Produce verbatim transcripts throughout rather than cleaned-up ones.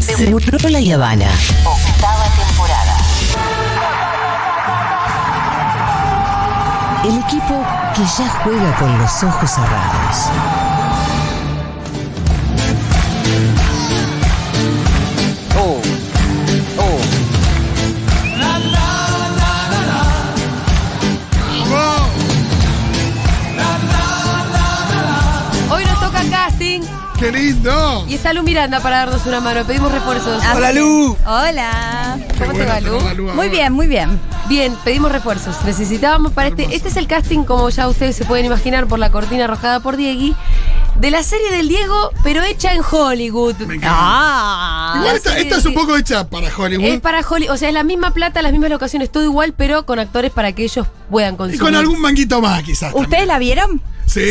Seguro La Habana. Octava temporada. El equipo que ya juega con los ojos cerrados. Oh, oh. Hoy nos toca casting. ¡Qué lindo! Y está Lu Miranda para darnos una mano. Pedimos refuerzos. Hola, Lu. Hola. ¿Cómo te va, Lu? Muy bien, muy bien. Bien, pedimos refuerzos. Necesitábamos para este. Este es el casting, como ya ustedes se pueden imaginar, por la cortina arrojada por Diegui, de la serie del Diego, pero hecha en Hollywood. Me encanta. Ah. Igual La esta, serie esta del es un Die- poco hecha para Hollywood. Es para Hollywood. O sea, es la misma plata, las mismas locaciones, todo igual, pero con actores para que ellos puedan Y consumir. con algún manguito más, quizás. ¿Ustedes también. la vieron? Sí.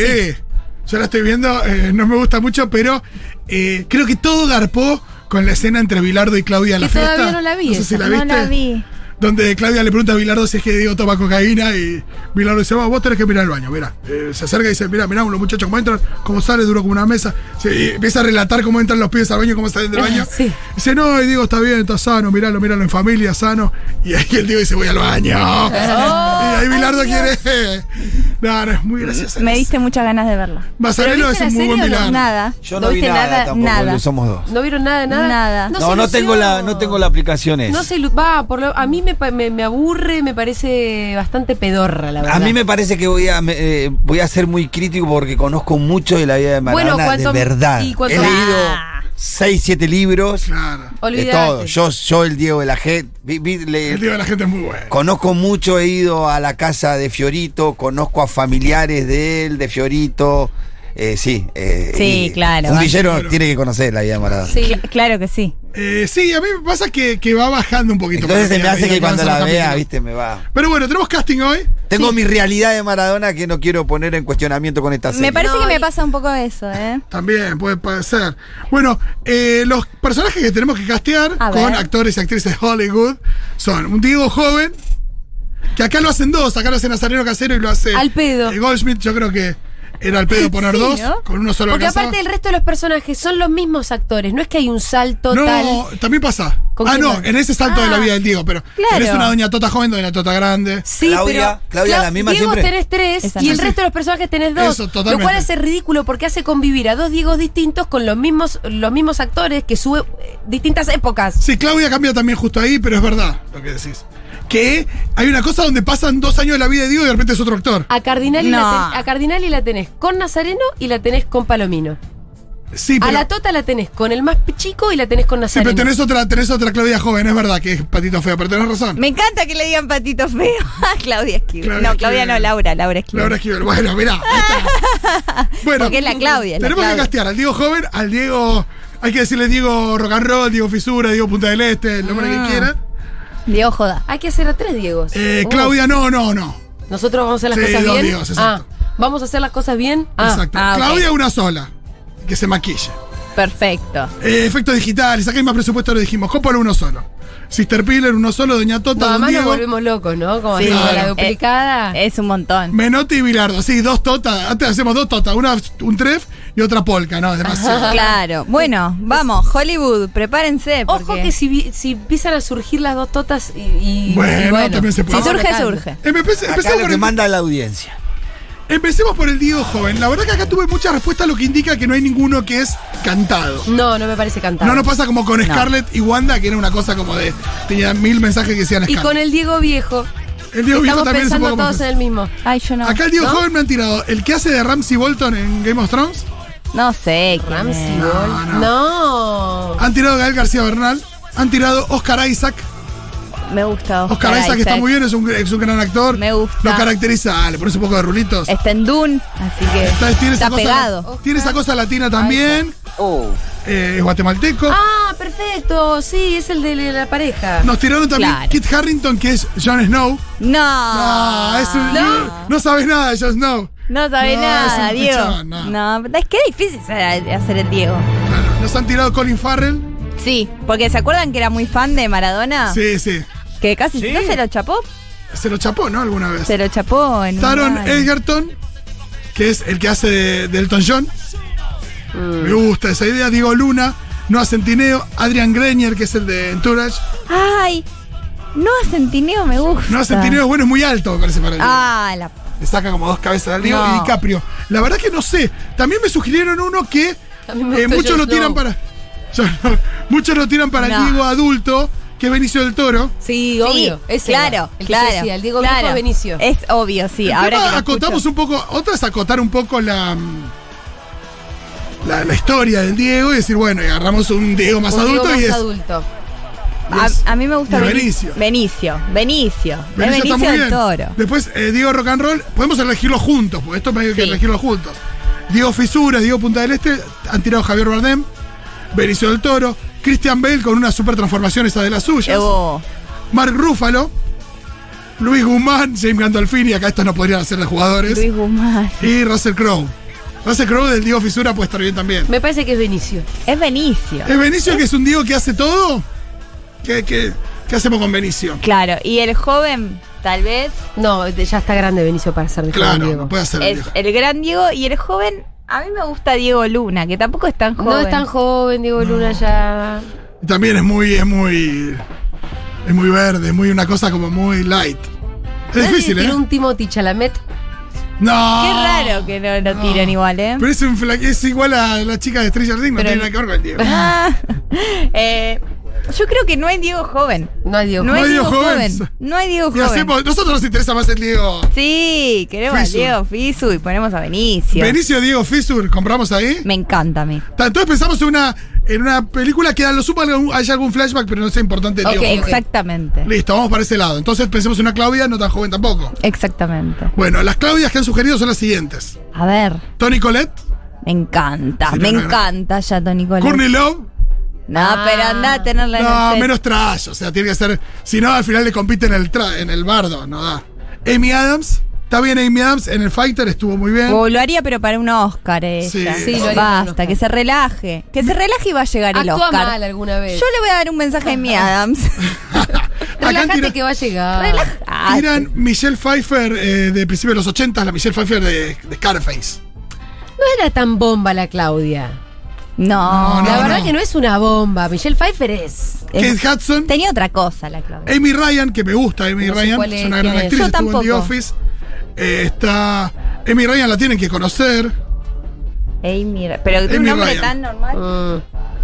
Yo la estoy viendo, eh, no me gusta mucho, pero eh, creo que todo garpó con la escena entre Bilardo y Claudia en la Que fiesta. todavía no la vi No sé esa. si la No viste. la vi. Donde Claudia le pregunta a Bilardo si es que Diego toma cocaína y Bilardo dice, vos tenés que mirar el baño, mira. Eh, se acerca y dice, mira, mira, los muchachos cómo entran, cómo sale, duro como una mesa. Sí, y empieza a relatar cómo entran los pibes al baño y cómo salen del baño. Sí. Dice, no, y Diego está bien, está sano, miralo, miralo en familia, sano. Y ahí el Diego dice, voy al baño. Oh, y ahí Bilardo ay, Dios. quiere... No, no, es muy gracioso. Me diste muchas ganas de verla. Basarelo ¿Pero es viste un la muy buen serie o no? Bilardo. Nada. Yo ¿No no vi viste nada, nada? tampoco, Nada. Lu, somos dos. ¿No vieron nada de nada? Nada. No, se no tengo lució. la, no tengo la aplicación esa. No se lu- va, por lo- a mí me, pa- me, me aburre, me parece bastante pedorra, la verdad. A mí me parece que voy a me- eh, voy a ser muy crítico porque conozco mucho de la vida de Maradona, Bueno, cuanto- de verdad. y He cuanto- leído Ah. seis, siete libros Claro. de Olvídate. todo. Yo, yo el Diego de la gente, vi- vi- le- El Diego de la gente es muy bueno. conozco mucho, he ido a la casa de Fiorito, conozco a familiares de él, de Fiorito. Eh, sí, eh, Sí, y claro. Un villero Claro. tiene que conocer la vida de Maradona. Sí. Cl- claro que sí. Eh, sí, a mí me pasa que, que va bajando un poquito. Entonces se para me hace diga que cuando avanza la vea, capítulo. viste, me va. Pero bueno, tenemos casting hoy. Tengo Sí. mi realidad de Maradona que no quiero poner en cuestionamiento con esta serie. Me parece No, que me y- pasa un poco eso, ¿eh? También puede, puede ser. Bueno, eh, los personajes que tenemos que castear A con ver. actores y actrices de Hollywood son un Diego joven, que acá lo hacen dos, acá lo hace Nazareno Casero y lo hace Al pedo. eh, Goldschmidt. Yo creo que era al pedo poner Sí, dos, ¿no? con uno solo Porque alcanzaba. aparte el resto de los personajes son los mismos actores, no es que hay un salto No, tal. también pasa. ¿Con Ah, quién no, más? en ese salto de la Ah, vida del Diego, pero claro. tenés una doña Tota joven, doña Tota grande. Sí, Claudia, pero Claudia, Clau- la misma Diego siempre. tenés tres Esa y no. el Sí. resto de los personajes tenés dos. Eso, lo totalmente. cual hace ridículo porque hace convivir a dos Diegos distintos con los mismos, los mismos actores que sube eh, distintas épocas. Sí, Claudia cambia también justo ahí, pero es verdad lo que decís. Que hay una cosa donde pasan dos años de la vida de Diego y de repente es otro actor. A Cardinali, No. la, ten- a Cardinali la tenés con Nazareno y la tenés con Palomino. Sí, A pero, la Tota la tenés con el más chico y la tenés con sí, Nazareno. pero tenés otra, tenés otra Claudia joven, es verdad que es patito feo, pero tenés razón. Me encanta que le digan patito feo a Claudia Esquivel. Claudia No, Claudia Esquivel. no, Laura, Laura Esquivel. Laura Esquivel. Bueno, mirá. ahí está. Bueno, Porque es la Claudia, es la tenemos que Claudia. castear al Diego joven, al Diego. Hay que decirle Diego Rock and Roll, Diego Fisura, Diego Punta del Este, el nombre Ah. que quieran. Diego joda. Hay que hacer a tres Diegos. Eh, Oh. Claudia, no, no, no. Nosotros vamos a hacer las Sí, cosas dos bien. Diegos, exacto. Ah, vamos a hacer las cosas bien. Ah, Exacto. ah, ok. Claudia, una sola. Que se maquille. Perfecto. Eh, efectos digitales, acá hay más presupuesto, lo dijimos. Coppola uno solo. Sister Piller, uno solo. Doña Tota, No, don además nos Diego. volvemos locos, ¿no? Como Sí. hacemos la Claro. duplicada. Es un montón. Menotti y Bilardo, sí, dos totas. Antes hacemos dos totas, una un tref y otra polka, ¿no? Demasiado. Claro. Bueno, vamos, Hollywood, prepárense. Ojo porque que si, vi- si empiezan a surgir las dos totas y. y- Bueno, y también se puede. si vamos surge, rotando. surge. Empe- Acá empecemos, lo por que el, manda la audiencia. empecemos por el Diego joven. La verdad que acá tuve mucha respuesta, lo que indica que no hay ninguno que es cantado. No, no me parece cantado. No nos pasa como con No. Scarlett y Wanda, que era una cosa como de. Tenía mil mensajes que decían Y Scarlett. con el Diego viejo. el Diego viejo Estamos también es un pensando poco todos más. en el mismo. Ay, yo no. Acá el Diego ¿No? joven me han tirado el que hace de Ramsey Bolton en Game of Thrones. No sé quién Ramsey es. Bolton. no. No. Han tirado Gael García Bernal. Han tirado Oscar Isaac. Me gusta Oscar, Oscar Isaac, está muy bien, es un, es un gran actor. Me gusta. Lo caracteriza, ah, le pones un poco de rulitos. Está en Dune, así que Está, tiene esa está cosa, pegado. Tiene esa cosa latina también. Oh. Eh, es guatemalteco. Ah, perfecto. Sí, es el de la pareja. Nos tiraron también Claro. Kit Harington, que es Jon Snow. No. No, es un- No. no sabes nada de Jon Snow. No sabe No, nada, es un Diego. pichón, no. no, es que es difícil ser- hacer el Diego. Claro. Nos han tirado Colin Farrell. Sí, porque ¿se acuerdan que era muy fan de Maradona? Sí, sí. Que casi Sí. no se lo chapó. Se lo chapó, ¿no? Alguna vez. Se lo chapó en un Taron baile. Egerton, que es el que hace de, de Elton John. Mm. Me gusta esa idea. Diego Luna, Noah Centineo, Adrian Grenier, que es el de Entourage. Ay, Noah Centineo me gusta. Noah Centineo es bueno, es muy alto, me parece para el Ah, la... Le saca como dos cabezas al Diego No. y DiCaprio. La verdad que no sé. También me sugirieron uno que A mí me eh, gustó muchos Jon lo tiran Snow. para. Yo no. Muchos lo tiran para No. el Diego adulto, que es Benicio del Toro. Sí, obvio. Sí, ese claro, era. El que claro. yo decía, el Diego claro. viejo es Benicio. Es obvio, sí. El Ahora tema, que lo acotamos escucho. un poco. Otra es acotar un poco la. La, la historia del Diego y decir, bueno, y agarramos un Diego más Un Diego adulto más y es. adulto. A, a mí me gusta y Beni- Benicio. Benicio. Benicio. Es Benicio está Benicio muy del bien. Toro. Después, eh, Diego Rock and Roll, podemos elegirlo juntos, porque esto me hay que Sí. elegirlo juntos. Diego Fisura, Diego Punta del Este, han tirado Javier Bardem, Benicio del Toro, Christian Bale con una super transformación esa de las suyas, Oh, Mark Ruffalo, Luis Guzmán, James Gandolfini, acá estos no podrían ser de jugadores, Luis Guzmán. y Russell Crowe. Russell Crowe del Diego Fisura puede estar bien también. Me parece que es Benicio. Es Benicio. ¿Es Benicio que es un Diego que hace todo? ¿Qué, qué, qué hacemos con Benicio? Claro, y el joven, tal vez, No, de- ya está grande Benicio para ser de joven Claro, Diego. no puede hacer el es Diego. el gran Diego. Y el joven, a mí me gusta Diego Luna, que tampoco es tan joven. No es tan joven, Diego Luna ya. También es muy, es muy. Es muy verde, es muy una cosa como muy light. Es Nadie difícil, ¿eh? tiene un Timothy Chalamet. No. Qué raro que no lo tiren igual, ¿eh? Pero es, un fla- es igual a la chica de Stranger Things, no Pero tiene el- nada que ver con el Diego. Ah, eh, yo creo que no hay Diego joven. No hay Diego. No No hay hay Diego Diego joven. joven. No hay Diego Y joven. hacemos, nosotros nos interesa más el Diego. Sí, queremos Fisu. a Diego Fisu y ponemos a Benicio. Benicio Diego Fisur, compramos ahí. Me encanta a mí. Ta, Entonces pensamos en una, en una película que a lo sumo algún- haya algún flashback, pero no sea importante el Ok, Diego joven. Exactamente. Listo, vamos para ese lado. Entonces pensemos en una Claudia, no tan joven tampoco. Exactamente. Bueno, las Claudias que han sugerido son las siguientes. A ver, Toni Collette, me encanta, Sí, me no, no, no. encanta ya Toni Collette. Courtney Love. No, Ah. pero anda a tenerla en el No, set. menos trash, o sea, tiene que ser. Si no, al final le compite en el, tra- en el bardo, no da. Amy Adams, está bien Amy Adams, en el Fighter estuvo muy bien. O lo haría, pero para un Oscar ella. Sí. Sí, lo haría para un Basta, Oscar. que se relaje. Que se relaje y va a llegar el Actúa Oscar. mal alguna vez. Yo le voy a dar un mensaje a Amy Adams. Acá Relájate tira- que va a llegar. Relajate. tiran Michelle Pfeiffer eh, de principios de los ochenta, la Michelle Pfeiffer de, de Scarface. No era tan bomba la Claudia. No. No, la no, verdad no. que no es una bomba. Michelle Pfeiffer es. Es- Kate Hudson, Tenía otra cosa la Claudia. Amy Ryan, que me gusta, Amy No sé Ryan, cuál es es, una gran quién es. actriz, Yo estuvo en The tampoco. Office. Eh, está. Amy Ryan la tienen que conocer. Amy, pero de un Amy nombre Ryan. tan normal. Mm.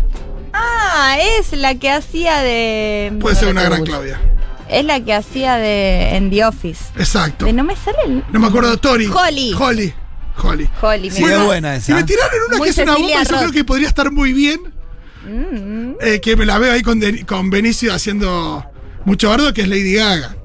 Ah, es la que hacía de. Puede ser No una la gran tengo. Claudia. Es la que hacía de en The Office. Exacto. De no me sale el. No me acuerdo, Tori. Holly. Holly. Holly. Holly. Sí, me- es buena Si esa. me tiraron una Muy que es una Cecilia bomba, yo Roth. creo que podría estar muy bien. Mm. eh, que me la veo ahí con, De- con Benicio haciendo mucho bardo, que es Lady Gaga.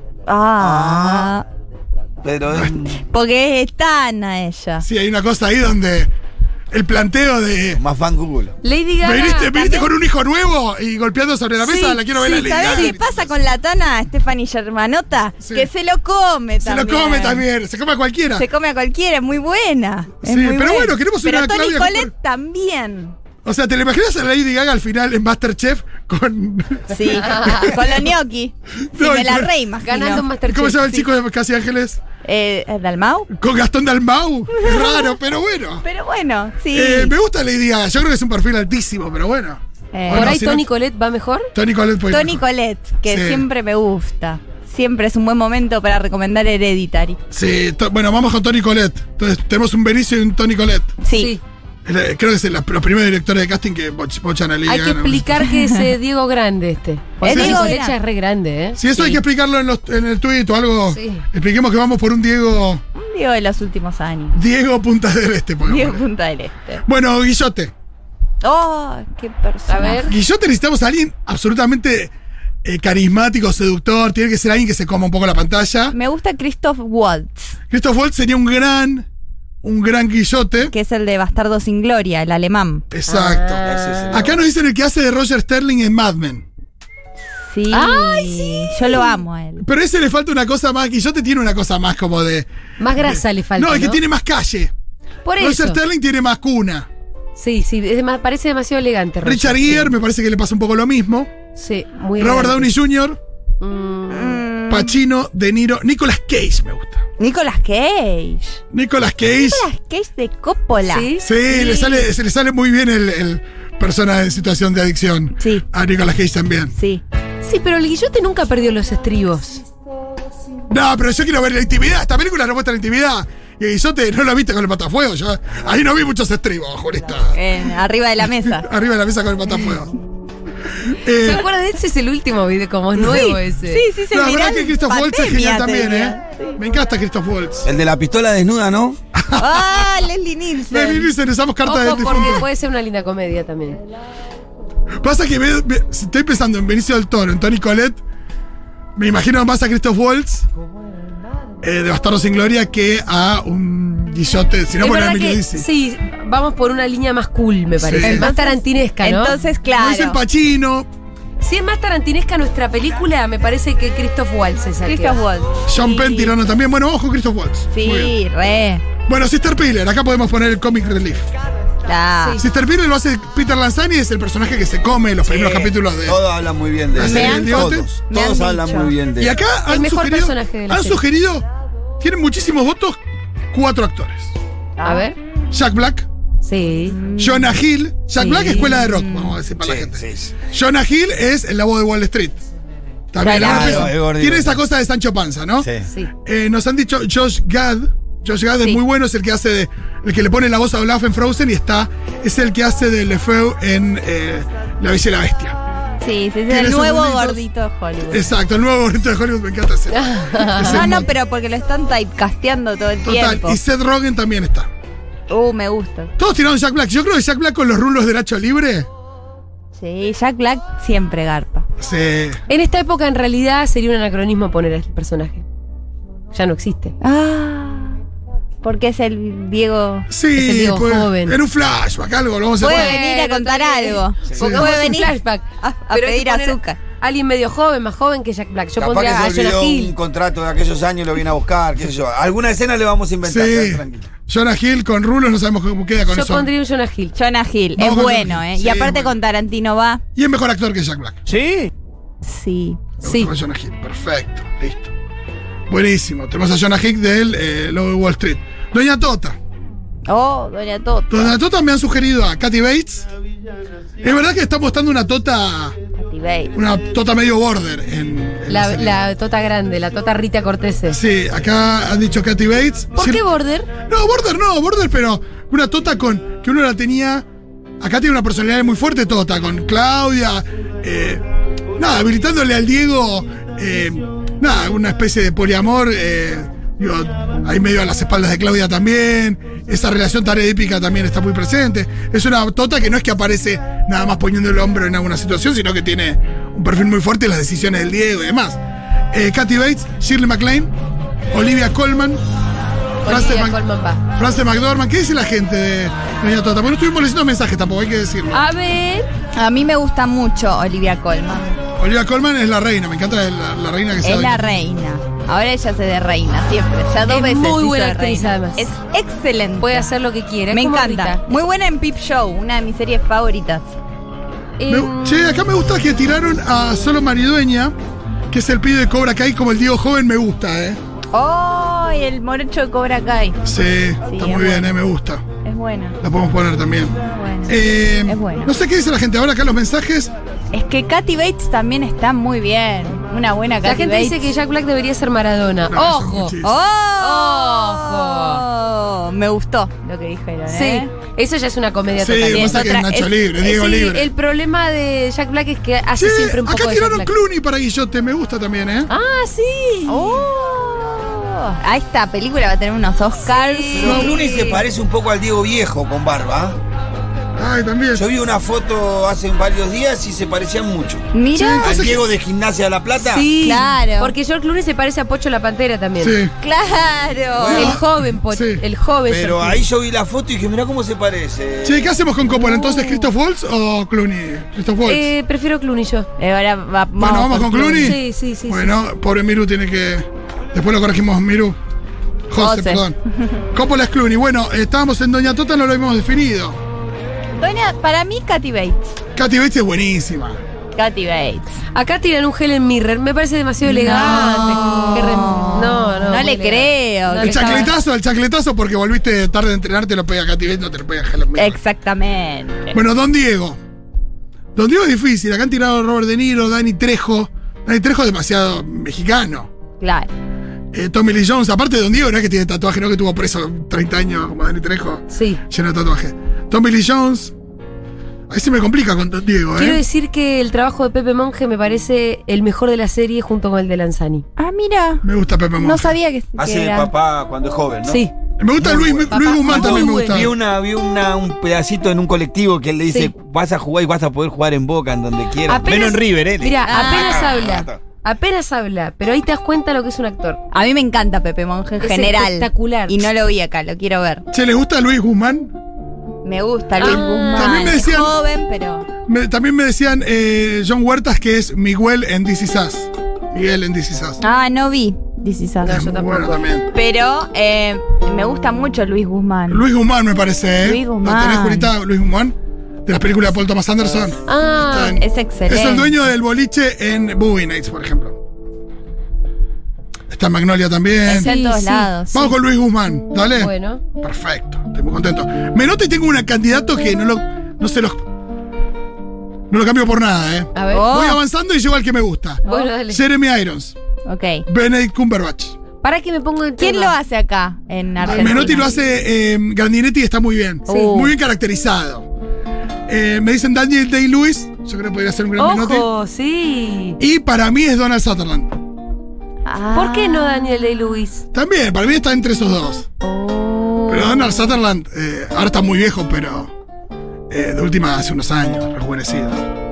Ah. Pero es- Porque es Tana ella. Sí, hay una cosa ahí donde el planteo de. más fan Google. Lady Gaga. ¿Veniste, veniste también- con un hijo nuevo y golpeando sobre la mesa? Sí, la quiero ver sí, a Lady ¿sabés Gaga. qué pasa con la Tana, Stephanie Germanota? Sí. Que se lo come Se también. lo come también, se come a cualquiera. Se come a cualquiera, es muy buena. Es Sí, muy pero buena. bueno, queremos pero una Toni Claudia Collette Cooper. también. O sea, ¿te la imaginas a Lady Gaga al final en Masterchef con. Sí, con los gnocchi. Sí, No, me la y- re imagino. Ganando un Masterchef. ¿Cómo se llama el sí. chico de Casi Ángeles? Eh, ¿Dalmau? Con Gastón Dalmau. Es raro, pero bueno. Pero bueno, sí. Eh, me gusta Lady Gaga. Yo creo que es un perfil altísimo, pero bueno. Eh, O Por no, ahí si no- Toni Collette va mejor. Toni Collette puede ir Toni mejor. Collette, que Sí. siempre me gusta. Siempre es un buen momento para recomendar Hereditary. Sí, to- bueno, vamos con Toni Collette. Entonces, tenemos un Benicio y un Toni Collette. Sí. Es la- Creo que es la- los primeros directores de casting que poch- pochan a Lady Hay que Gaga. explicar que es eh, Diego Grande este. Porque Es Toni Diego Collette Grande. ya es re grande, ¿eh? Si eso hay que explicarlo en, los- en el tweet o algo. Sí. Expliquemos que vamos por un Diego. Un Diego de los últimos años. Diego Punta del Este, Diego pongámosle. Punta del Este. Bueno, Guillote. Oh, qué persona. A ver. Guillote necesitamos a alguien absolutamente eh, carismático, seductor. Tiene que ser alguien que se coma un poco la pantalla. Me gusta Christoph Waltz, Christoph Waltz sería un gran. Un gran Guillote. que es el de Bastardo sin Gloria, el alemán. Exacto. Ah. Ese es el- Acá nos dicen el que hace de Roger Sterling en Mad Men. Sí. Ay, sí. Yo lo amo a él. Pero a ese le falta una cosa más. Guillote tiene una cosa más como de. Más grasa le falta. no, es que ¿no? tiene más calle. Por Roger eso. Sterling tiene más cuna. Sí, sí, es más- parece demasiado elegante. Roger. Richard Gere me parece que le pasa un poco lo mismo. Sí, muy Robert elegante. Downey junior, Mm, Mm, Pacino, De Niro, Nicolas Cage me gusta. Nicolas Cage. Nicolas Cage. Nicolas Cage de Coppola. ¿Sí? Sí, Le, sale, se le sale muy bien el, el persona en situación de adicción. Sí. A Nicolas Cage también. Sí. Sí, pero el Guillote nunca perdió los estribos. No, pero yo quiero ver la intimidad. Esta película no muestra la intimidad. Y Guillote no lo viste con el matafuego. Yo ahí no vi muchos estribos, jurista. En- arriba de la mesa. Arriba de la mesa con el matafuego. ¿Se Eh, acuerdan de ese? Es el último video, como es nuevo ese. Sí, sí, se la mirá verdad que en Christoph Waltz es pandemia, genial te también, diría. ¿eh? Me encanta Christoph Waltz. El de la pistola desnuda, ¿no? Ah, Leslie Leslie Nielsen. Nielsen, usamos cartas Ojo, del porque difunto. puede ser una linda comedia también. Pasa que me- me- si estoy pensando en Benicio del Toro, en Toni Collette, me imagino más a Christoph Waltz eh, de Bastardo sin Gloria que a un Guillote, si no Es por verdad Emilio que Dizzy. sí, vamos por una línea más cool, me parece. Sí. Más tarantinesca, ¿no? Entonces, Como dicen claro. Pacino, si es más tarantinesca nuestra película, me parece que Christoph Waltz es el que Christoph va. Waltz. John Sí. Penn tirando también. Bueno, ojo Christoph Waltz. Muy bien. Sí, re. Bueno, Sister Piller, acá podemos poner el comic relief. La- Sister Piller lo hace Peter Lanzani, es el personaje que se come los primeros capítulos de. Todos hablan muy bien de Me él. han- Todos, me han todos hablan dicho. muy bien de Y él. acá El han mejor sugerido, personaje de la han serie. sugerido, tienen muchísimos votos, cuatro actores. A ver. Jack Black, Sí. Jonah Hill. Jack Sí. Black, escuela de rock, vamos a decir para la Sí, gente. sí, sí. Jonah Hill es el lobo de Wall Street. También Claro, la- es gordito. tiene esa cosa de Sancho Panza, ¿no? Sí. Sí. Eh, nos han dicho Josh Gad. Josh Gad es Sí. muy bueno, es el que hace de. El que le pone la voz a Olaf en Frozen y está. Es el que hace de LeFou en eh, La Bella y la Bestia. Sí, sí, sí, Tiene el esos nuevo rulitos. gordito de Hollywood. Exacto, el nuevo bonito de Hollywood me encanta ese. Ese No, no, mon- pero porque lo están typecasteando todo el Total. tiempo. Y Seth Rogen también está. Uh, me gusta. Todos tiraron Jack Black. Yo creo que Jack Black con los rulos de Nacho Libre. Sí, Jack Black siempre garpa. Se. En esta época, en realidad, sería un anacronismo poner a este personaje. Ya no existe. Ah, porque es el Diego. Es el Sí, Diego pues, joven. en un flashback, algo, lo vamos a Puede hacer. venir a contar algo. Porque Sí. puede Puede venir venir flashback. a, a Pero hay que pedir poner azúcar. Alguien medio joven, más joven que Jack Black. Yo Capaz que pondría a se Jonah olvidó un Hill. contrato de aquellos años y lo viene a buscar, qué sé yo. Alguna escena le vamos a inventar, Sí. quédate tranquilo. Jonah Hill con rulos, no sabemos cómo queda con Yo eso. pondría un Jonah Hill. Jonah Hill, Vamos es con bueno, Jonah Hill. ¿eh? Sí, y aparte bueno. con Tarantino va. Y es mejor actor que Jack Black. Sí. Sí. Me Sí. gusta Jonah Hill, perfecto, listo. Buenísimo. Tenemos a Jonah Hill del eh, Lobo de Wall Street. Doña Tota. Oh, Doña Tota. Doña Tota me han sugerido a Kathy Bates. Es verdad que está mostrando una tota. Kathy Bates. Una tota medio border en, en La, serie. la tota grande, la tota Rita Cortese. Sí, acá han dicho Kathy Bates. ¿Por Sí- qué Border? No, border no, border, pero una tota con. Que uno la tenía. Acá tiene una personalidad muy fuerte, tota, con Claudia. eh, nada, habilitándole al Diego. eh, nada, una especie de poliamor. eh, digo, ahí medio a las espaldas de Claudia también. Esa relación tan épica también está muy presente. Es una tota que no es que aparece nada más poniendo el hombro en alguna situación, sino que tiene un perfil muy fuerte en las decisiones del Diego y demás. Eh, Kathy Bates, Shirley MacLaine, Olivia Colman, Frances Olivia Mac- Colman va. Frances McDormand. ¿Qué dice la gente de Doña Tota? Porque no estuvimos leyendo mensajes tampoco, hay que decirlo. A ver. A mí me gusta mucho Olivia Colman. Olivia Colman es la reina, me encanta la, la reina que se Es la reina. Ahora ella se de reina, siempre. Ya dos Es veces muy hizo buena de actriz, reina. además. Es excelente. Puede hacer lo que quiera. Me es como encanta. Rita. Muy buena en Peep Show, una de mis series favoritas. Em, Che, acá me gusta que tiraron a Solo Maridueña, que es el pibe de Cobra Kai, como el Diego joven, me gusta, ¿eh? ¡Oh! Y el morocho de Cobra Kai. Sí, está es muy bien, bueno. ¿eh? Me gusta. Es buena. La podemos poner también. Bueno. Eh, Es bueno. No sé qué dice la gente ahora acá los mensajes. Es que Kathy Bates también está muy bien. Una buena la Kathy gente Bates. dice que Jack Black debería ser Maradona. No, eso es ¡Ojo! muchísimo. ¡Oh! Me gustó lo que dijeron, Sí, ¿eh? eso ya es una comedia Sí, total. pasa es que otra- es Nacho es- Libre, Eh, Diego sí, Libre. el problema de Jack Black es que hace Che, siempre un poco acá de Jack tiraron Black. Clooney para Guillote, me gusta también, ¿eh? Ah, sí. ¡Oh! A esta película va a tener unos Oscars. Pero Clooney se parece un poco al Diego viejo con barba. Ay, también. Yo vi una foto hace varios días y se parecían mucho. Mira. Al Diego de Gimnasia de la Plata. Sí, Claro. Porque George Clooney se parece a Pocho la Pantera también. Sí. Claro. Bueno. El joven Pocho, Sí. el joven Pero George ahí Clooney. yo vi la foto y dije, mirá cómo se parece. Che, ¿qué hacemos con Coppola? Entonces, ¿Christoph Waltz o Clooney? Christoph Waltz. Eh, prefiero Clooney yo. Ahora va- vamos, Bueno, vamos con Clooney. Sí, sí, sí. Bueno, pobre Miru tiene que. Después lo corregimos, Miru. José, José. perdón. Coppola es Clooney. Bueno, estábamos en Doña Tota, no lo habíamos definido. Doña, para mí, Kathy Bates. Kathy Bates es buenísima. Kathy Bates. Acá tiran un Helen Mirren, me parece demasiado elegante. Qué re- No, no. No muy le elegante. creo. No El le cabe. chacletazo, el chacletazo, porque volviste tarde de entrenar, te lo pega Kathy Bates, no te lo pega Helen Mirren. Exactamente. Bueno, Don Diego. Don Diego es difícil. Acá han tirado Robert De Niro, Danny Trejo. Danny Trejo es demasiado mexicano. Claro. Eh, Tommy Lee Jones, aparte de Don Diego, no es que tiene tatuaje, no que tuvo preso treinta años como Danny Trejo. Sí. Lleno de tatuaje. Tommy Lee Jones. Ahí se me complica con Don Diego, ¿eh? Quiero decir que el trabajo de Pepe Monge me parece el mejor de la serie junto con el de Lanzani. Ah, mira. Me gusta Pepe Monge. No sabía que, que Hace de era. papá cuando es joven, ¿no? Sí. Me gusta Muy Luis, bueno. Luis Guzmán Papá, también me muy gusta. Vi, una, vi una, un pedacito en un colectivo que él le dice, Sí. vas a jugar y vas a poder jugar en Boca, en donde quieras. Apenas- Menos en River, ¿eh? Mira, Ah. apenas habla. Apenas habla, pero ahí te das cuenta lo que es un actor. A mí me encanta Pepe Monge en Es general. espectacular. Y no lo vi acá, lo quiero ver. Che, ¿les gusta Luis Guzmán? Me gusta Luis Ah. Guzmán. También me Es decían- joven, pero. Me- también me decían eh, John Huertas que es Miguel en This Is Us. Miguel en This Is Us. Ah, no vi. This is Us. No, yo Es muy tampoco. bueno también. Pero eh, me gusta mucho Luis Guzmán. Luis Guzmán me parece, ¿eh? Luis Guzmán. ¿Lo tenés, Julita? Luis Guzmán. De las películas de Paul Thomas Anderson. Ah, Está en- es excelente. Es el dueño del boliche en Boogie Nights, por ejemplo. Está en Magnolia también. Está en Sí, todos sí. lados. Vamos con Luis Guzmán, ¿dale? bueno. Perfecto, estoy muy contento. Me noto y tengo un candidato que no lo. No se los. No lo cambio por nada, ¿eh? A ver. Oh. Voy avanzando y llego al que me gusta. Bueno, dale. Jeremy Irons. Ok. Benedict Cumberbatch. Para que me pongo en ¿Quién tema. lo hace acá en Argentina? Menotti lo hace eh, Grandinetti y está muy bien. Sí. Muy bien caracterizado. Eh, me dicen Daniel Day-Lewis. Yo creo que podría ser un gran Menotti. Ojo, sí. Y para mí es Donald Sutherland. Ah. ¿Por qué no Daniel Day-Lewis? También, para mí está entre esos dos. Oh. Pero Donald Sutherland, eh, ahora está muy viejo, pero eh, de última hace unos años, rejuvenecido.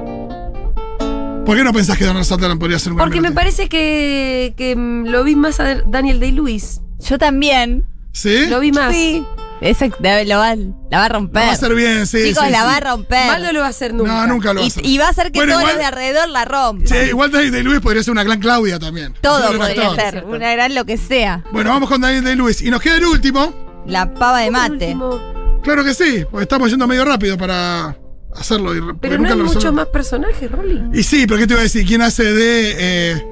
¿Por qué no pensás que Donald Sutherland podría ser un gran Porque me Menotti? parece que, que mm, lo vi más a Daniel Day-Lewis. Yo también. ¿Sí? Lo vi más. Sí. Ese lo va, la va a romper. Lo va a hacer bien, sí. Chicos, sí, la sí. va a romper. Mal no lo va a hacer nunca. No, nunca lo va a Y, hacer. y va a hacer que Bueno, todos igual- los de alrededor la rompan. Sí, igual Daniel Day-Lewis podría ser una gran Claudia también. Todo Un gran podría actor. ser. Una gran lo que sea. Bueno, vamos con Daniel Day-Lewis. Y nos queda el último. La pava de Por mate. último. Claro que sí, porque estamos yendo medio rápido para hacerlo. y- porque Pero no nunca hay lo muchos resolvemos. más personajes, Rolly. Y sí, pero ¿qué te iba a decir? ¿Quién hace de, eh,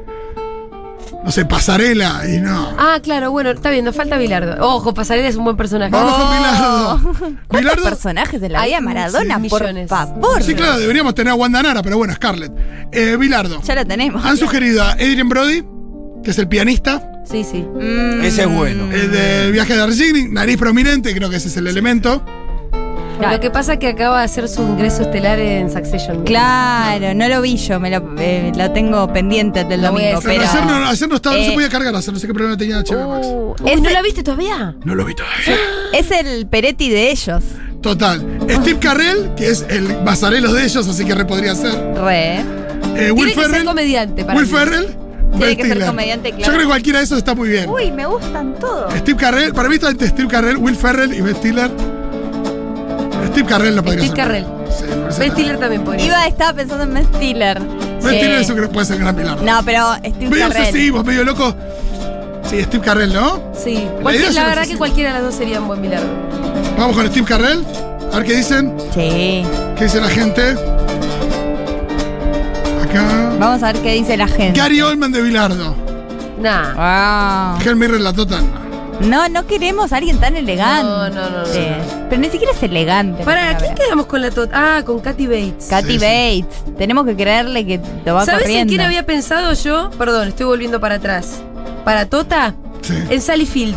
no sé, Pasarela? Y no. Ah, claro, bueno, está bien, nos falta Bilardo. Ojo, Pasarela es un buen personaje. Vamos Oh. con Bilardo. ¿Cuántos Bilardo. personajes de la Hay vida de Maradona? sí, por millones. favor. Sí, claro, deberíamos tener a Wanda Nara, pero bueno, Scarlett. Eh, Bilardo. Ya lo tenemos. Han sugerido a Adrien Brody, que es el pianista, Sí, sí. Mm. Ese es bueno. el del viaje de Darjeeling, nariz prominente, creo que ese es el elemento. Claro. Lo que pasa es que acaba de hacer su ingreso estelar en Succession. Claro, no lo vi yo, me lo, eh, lo tengo pendiente del Lo voy a domingo. decir. Pero Ayer no, ayer no estaba, no se Eh. podía cargar, ayer no sé qué problema tenía H B O Max. Uh, Uy, es, ¿no el- la viste todavía? No lo vi todavía. es el Peretti de ellos. Total. Steve Carell, que es el basarelos de ellos, así que re podría ser. Re. Eh, Tiene Will que ser Ferrell. comediante para Will mí. Ferrell. Tiene Ben que ser Stiller. comediante, Yo claro. creo que cualquiera de esos está muy bien. Uy, me gustan todos. Steve Carell, para mí está entre Steve Carell, Will Ferrell y Ben Stiller. Steve Carell lo podría Steve ser. Carell. Sí, me parece Ben que- Stiller también podría. Iba, estaba pensando en Ben Stiller. Ben Sí. Stiller eso creo que puede ser gran pilar. No, pero Steve Medio Carell. obsesivo, medio loco. Sí, Steve Carell, ¿no? Sí. idea Cualquier- es la ser verdad obsesivo. que cualquiera de las dos sería un buen Bilardo. Vamos con Steve Carell. A ver qué dicen. Sí. ¿Qué dice la gente? Acá. Vamos a ver qué dice la gente. Gary Oldman de Bilardo. Nah. Ah. Hell Mirren la totan. No, no queremos a alguien tan elegante. No, no, no, no, Sí. no. Pero ni siquiera es elegante. ¿Para la quién palabra. quedamos con la tot? Ah, con Kathy Bates. Katy Sí, sí. Bates. Tenemos que creerle que lo va ¿Sabes en corriendo. quién había pensado yo? Perdón, estoy volviendo para atrás. ¿Para Tota? Sí. En Sally Field.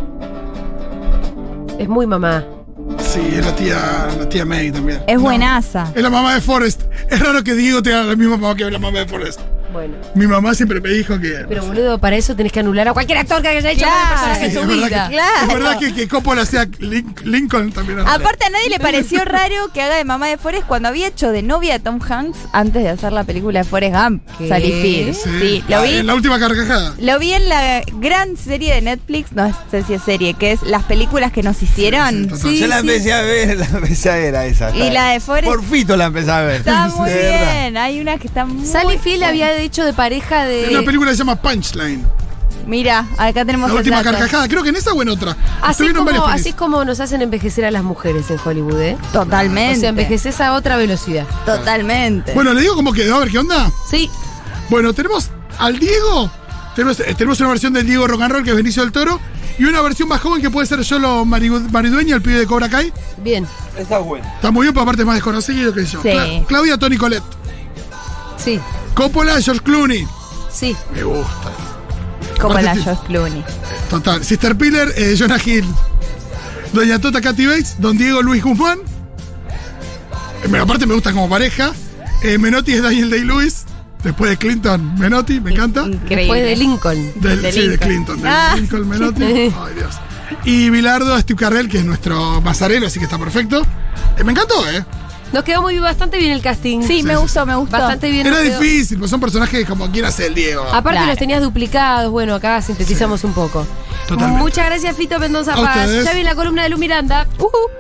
Es muy mamá. Sí, es la tía, la tía May también. Es No, buenaza. Es la mamá de Forrest. Es raro que Diego tenga la misma mamá que la mamá de Forrest. Bueno. Mi mamá siempre me dijo que. Pero boludo, para eso tenés que anular a cualquier actor que haya hecho Claro. un personaje en Sí, su es verdad vida. que- Claro. Es verdad que, que Coppola hacía Lin- Lincoln también. Aparte a nadie le pareció raro que haga de mamá de Forrest cuando había hecho de novia a Tom Hanks antes de hacer la película de Forrest Gump. ¿Qué? Sally Field. Sí. Sí, lo Ah, vi. En la última carcajada. Lo vi en la gran serie de Netflix, no sé si es serie, que es las películas que nos hicieron. Sí, sí, Sí, Yo la sí. empecé a ver, la empecé a ver a esa. Y la de Forrest- Por Fito la empecé a ver. Está muy De verdad. bien, hay una que está muy Sally Field buena. había hecho de pareja En una de. película que se llama Punchline. Mira, acá tenemos La el última dato. carcajada. Creo que en esa o en otra. Así Estuvieron como, varias pelis. así como nos hacen envejecer a las mujeres en Hollywood, ¿eh? Totalmente. O sea, envejeces a otra velocidad. Totalmente. Bueno, le digo cómo quedó, a ver qué onda. Sí. Bueno, tenemos al Diego. Tenemos, eh, tenemos una versión del Diego Rock and Roll que es Benicio del Toro. Y una versión más joven que puede ser Yolo Maridu- Maridueña, el pibe de Cobra Kai. Bien. Esa es buena. Está muy bien, pero aparte es más desconocido que yo. Sí. Cla- Claudia Toni Colette. Sí, Coppola, George Clooney. sí. Me gusta. Como la Aparte, Josh Clooney. Total. Sister Piller, eh, Jonah Hill. Doña Tota Katy Bates, Don Diego Luis Guzmán. Eh, me- aparte me gusta como pareja. Eh, Menotti es Daniel Day-Lewis. Después de Clinton, Menotti, me encanta. Increíble. Después de Lincoln. Del, de sí, de Lincoln. Clinton, de Ah. Lincoln Menotti. Ay, Dios. Y Bilardo Steve Carrell, que es nuestro Mazarelo, así que está perfecto. Eh, me encantó, ¿eh? Nos quedó muy bastante bien el casting. Sí, me sí, gustó, me gustó. Bastante bien. Era nos quedó. difícil, pues son personajes como quién hace el Diego. Aparte Claro. los tenías duplicados. Bueno, acá sintetizamos un poco. Totalmente. Muchas gracias, Fito Mendoza A Paz. ustedes. Ya vi la columna de Lu Miranda. Ujú.